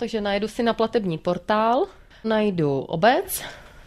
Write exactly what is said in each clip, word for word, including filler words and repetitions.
Takže najedu si na platební portál, najdu obec,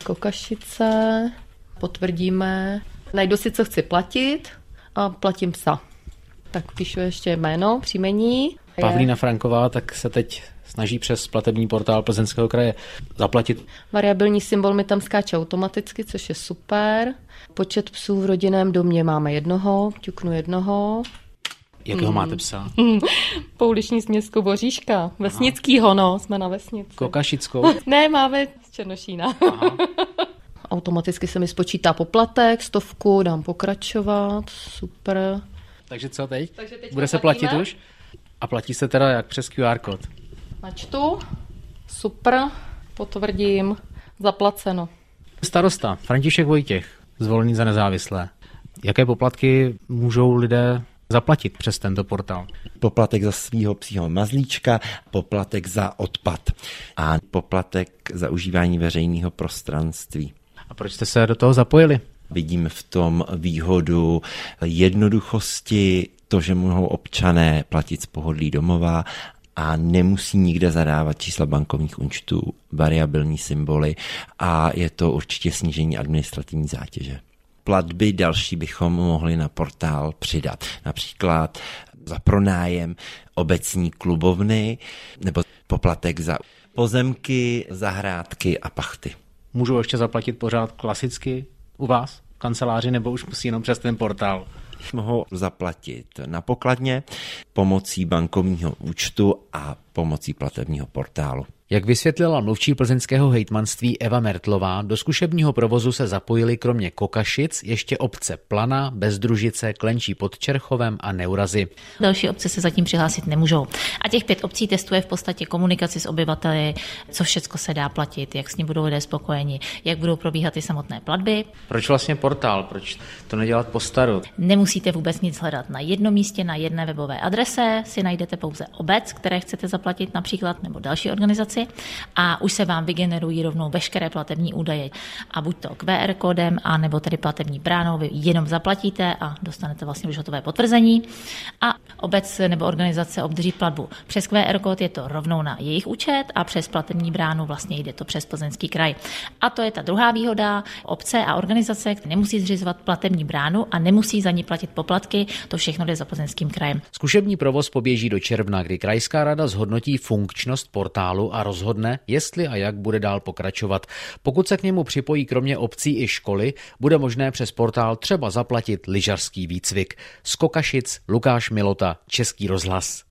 Kokašice, potvrdíme, najdu si, co chci platit a platím psa. Tak píšu ještě jméno, příjmení. Pavlína Franková tak se teď snaží přes platební portál Plzeňského kraje zaplatit. Variabilní symbol mi tam skáče automaticky, což je super. Počet psů v rodinném domě máme jednoho, ťuknu jednoho. Jakého hmm. máte psa? Pouliční směsku Boříška. Vesnickýho, no, jsme na vesnici. Kokašickou? Ne, máme z Černošína. Aha. Automaticky se mi spočítá poplatek, stovku, dám pokračovat, super. Takže co teď? Takže teď bude se platit už? A platí se teda jak přes Q R kód? Načtu, super, potvrdím, zaplaceno. Starosta František Vojtěch, zvolený za nezávislé. Jaké poplatky můžou lidé zaplatit přes tento portál? Poplatek za svýho psího mazlíčka, poplatek za odpad a poplatek za užívání veřejného prostranství. A proč jste se do toho zapojili? Vidím v tom výhodu jednoduchosti, to, že mohou občané platit z pohodlí domova a nemusí nikde zadávat čísla bankovních účtů, variabilní symboly a je to určitě snížení administrativní zátěže. Platby další bychom mohli na portál přidat. Například za pronájem obecní klubovny nebo poplatek za pozemky, zahrádky a pachty. Můžu ještě zaplatit pořád klasicky u vás v kanceláři nebo už musí jenom přes ten portál? Mohou zaplatit na pokladně pomocí bankovního účtu a pomocí platebního portálu. Jak vysvětlila mluvčí plzeňského hejtmanství Eva Mertlová, do zkušebního provozu se zapojili kromě Kokašic ještě obce Plana, Bezdružice, Klenčí pod Čerchovem a Neurazy. Další obce se zatím přihlásit nemůžou. A těch pět obcí testuje v podstatě komunikaci s obyvateli, co všecko se dá platit, jak s ním budou lidé spokojeni, jak budou probíhat i samotné platby. Proč vlastně portál? Proč to nedělat po staru? Nemusíte vůbec nic hledat. Na jednom místě, na jedné webové adrese si najdete pouze obec, které chcete zaplatit například, nebo další organizaci. A už se vám vygenerují rovnou veškeré platební údaje. A buď to Q R kódem, a nebo tedy platební bránou, vy jenom zaplatíte a dostanete vlastně už hotové potvrzení. A obec nebo organizace obdrží platbu přes Q R kód, je to rovnou na jejich účet a přes platební bránu vlastně jde to přes Plzeňský kraj. A to je ta druhá výhoda. Obce a organizace nemusí zřizovat platební bránu a nemusí za ní platit poplatky, to všechno jde za Plzeňským krajem. Zkušební provoz poběží do června, kdy krajská rada zhodnotí funkčnost portálu a rozhodne, jestli a jak bude dál pokračovat. Pokud se k němu připojí kromě obcí i školy, bude možné přes portál třeba zaplatit lyžařský výcvik. Z Kokašic Lukáš Milota, Český rozhlas.